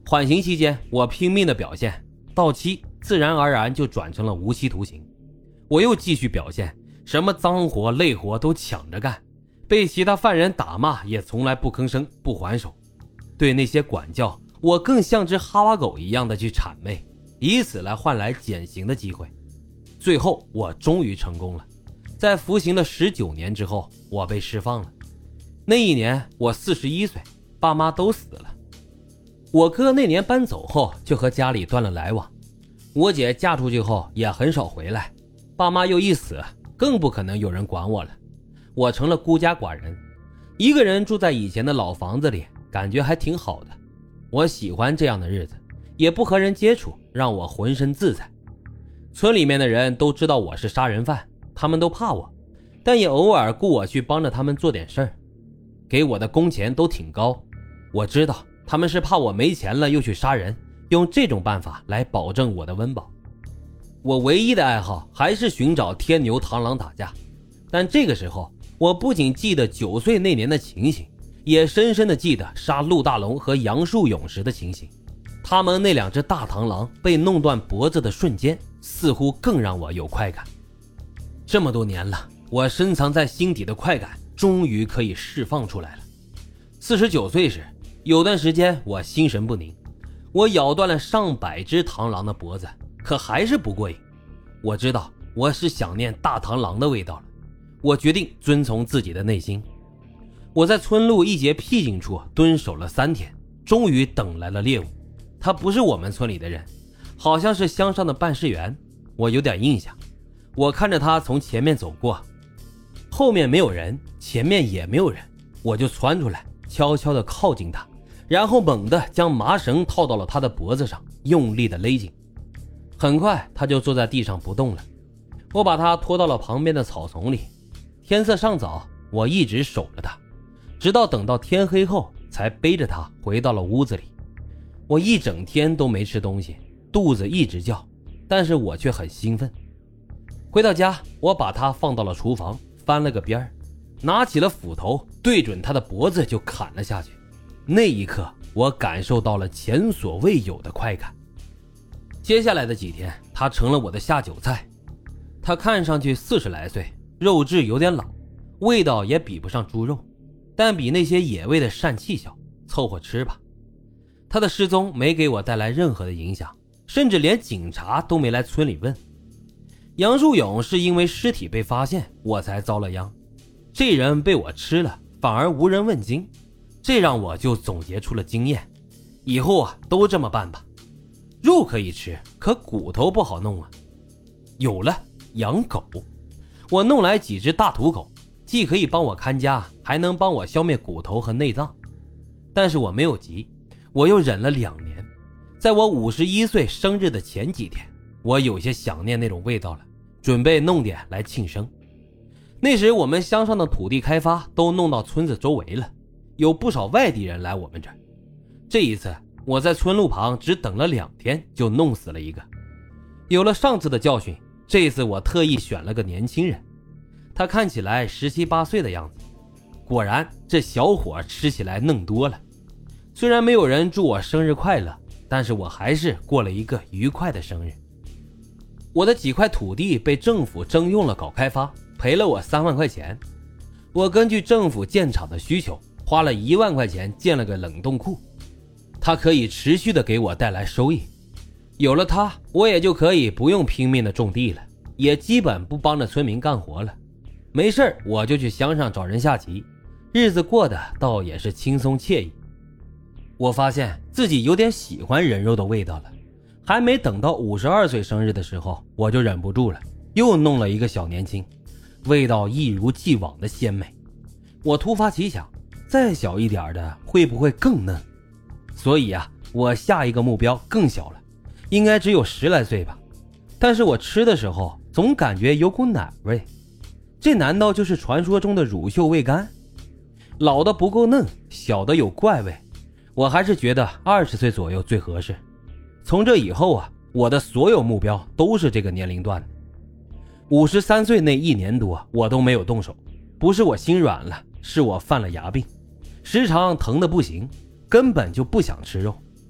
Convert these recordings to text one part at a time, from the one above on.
缓刑期间我拼命的表现，到期自然而然就转成了无期徒刑。我又继续表现，什么脏活累活都抢着干，被其他犯人打骂也从来不吭声不还手。对那些管教，我更像只哈瓦狗一样的去谄媚，以此来换来减刑的机会。最后我终于成功了，在服刑的19年之后，我被释放了。那一年我41岁，爸妈都死了。我哥那年搬走后就和家里断了来往，我姐嫁出去后也很少回来，爸妈又一死，更不可能有人管我了。我成了孤家寡人，一个人住在以前的老房子里，感觉还挺好的。我喜欢这样的日子，也不和人接触，让我浑身自在。村里面的人都知道我是杀人犯，他们都怕我，但也偶尔雇我去帮着他们做点事儿，给我的工钱都挺高。我知道他们是怕我没钱了又去杀人，用这种办法来保证我的温饱。我唯一的爱好还是寻找天牛螳螂打架，但这个时候我不仅记得9岁那年的情形，也深深地记得杀陆大龙和杨树勇时的情形。他们那2只大螳螂被弄断脖子的瞬间，似乎更让我有快感。这么多年了，我深藏在心底的快感终于可以释放出来了。49岁时，有段时间我心神不宁，我咬断了上百只螳螂的脖子，可还是不过瘾。我知道我是想念大螳螂的味道了，我决定遵从自己的内心。我在村路一节僻静处蹲守了3天，终于等来了猎物。他不是我们村里的人，好像是乡上的办事员，我有点印象。我看着他从前面走过，后面没有人，前面也没有人，我就窜出来，悄悄地靠近他，然后猛地将麻绳套到了他的脖子上，用力地勒紧。很快他就坐在地上不动了。我把他拖到了旁边的草丛里。天色尚早，我一直守着他，直到等到天黑后才背着他回到了屋子里。我一整天都没吃东西，肚子一直叫，但是我却很兴奋。回到家，我把他放到了厨房，翻了个边，拿起了斧头，对准他的脖子就砍了下去。那一刻，我感受到了前所未有的快感。接下来的几天，他成了我的下酒菜。他看上去40来岁，肉质有点老，味道也比不上猪肉，但比那些野味的膻气小，凑合吃吧。他的失踪没给我带来任何的影响，甚至连警察都没来村里问。杨树勇是因为尸体被发现我才遭了殃，这人被我吃了反而无人问津，这让我就总结出了经验，以后都这么办吧。肉可以吃，可骨头不好弄啊。有了，养狗。我弄来几只大土狗，既可以帮我看家，还能帮我消灭骨头和内脏。但是我没有急，我又忍了2年。在我51岁生日的前几天，我有些想念那种味道了，准备弄点来庆生。那时我们乡上的土地开发都弄到村子周围了，有不少外地人来我们这儿。这一次我在村路旁只等了2天就弄死了一个。有了上次的教训，这一次我特意选了个年轻人，他看起来17、18岁的样子。果然这小伙吃起来嫩多了。虽然没有人祝我生日快乐，但是我还是过了一个愉快的生日。我的几块土地被政府征用了搞开发，赔了我3万块钱。我根据政府建厂的需求，花了1万块钱建了个冷冻库，它可以持续的给我带来收益。有了它，我也就可以不用拼命的种地了，也基本不帮着村民干活了。没事我就去乡上找人下棋，日子过得倒也是轻松惬意。我发现自己有点喜欢人肉的味道了，还没等到52岁生日的时候，我就忍不住了，又弄了一个小年轻，味道一如既往的鲜美。我突发奇想，再小一点的会不会更嫩？所以我下一个目标更小了，应该只有10来岁吧。但是我吃的时候总感觉有股奶味，这难道就是传说中的乳臭未干？老的不够嫩，小的有怪味，我还是觉得20岁左右最合适。从这以后我的所有目标都是这个年龄段的。53岁那1年多我都没有动手，不是我心软了，是我犯了牙病，时常疼得不行，根本就不想吃肉。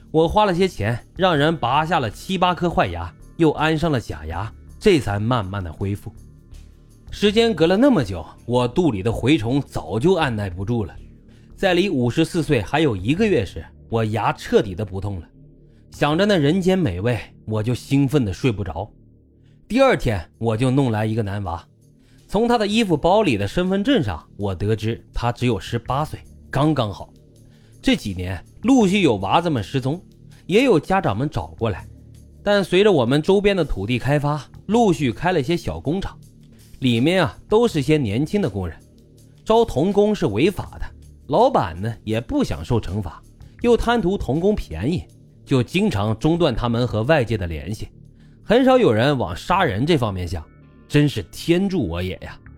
我花了些钱，让人拔下了7、8颗坏牙，又安上了假牙，这才慢慢的恢复。时间隔了那么久，我肚里的蛔虫早就按耐不住了。在离54岁还有1个月时，我牙彻底的不痛了。想着那人间美味，我就兴奋的睡不着。第二天我就弄来一个男娃，从他的衣服包里的身份证上，我得知他只有18岁，刚刚好。这几年陆续有娃子们失踪，也有家长们找过来，但随着我们周边的土地开发，陆续开了些小工厂，里面都是些年轻的工人。招童工是违法的，老板呢也不想受惩罚，又贪图童工便宜，就经常中断他们和外界的联系，很少有人往杀人这方面想，真是天助我也呀。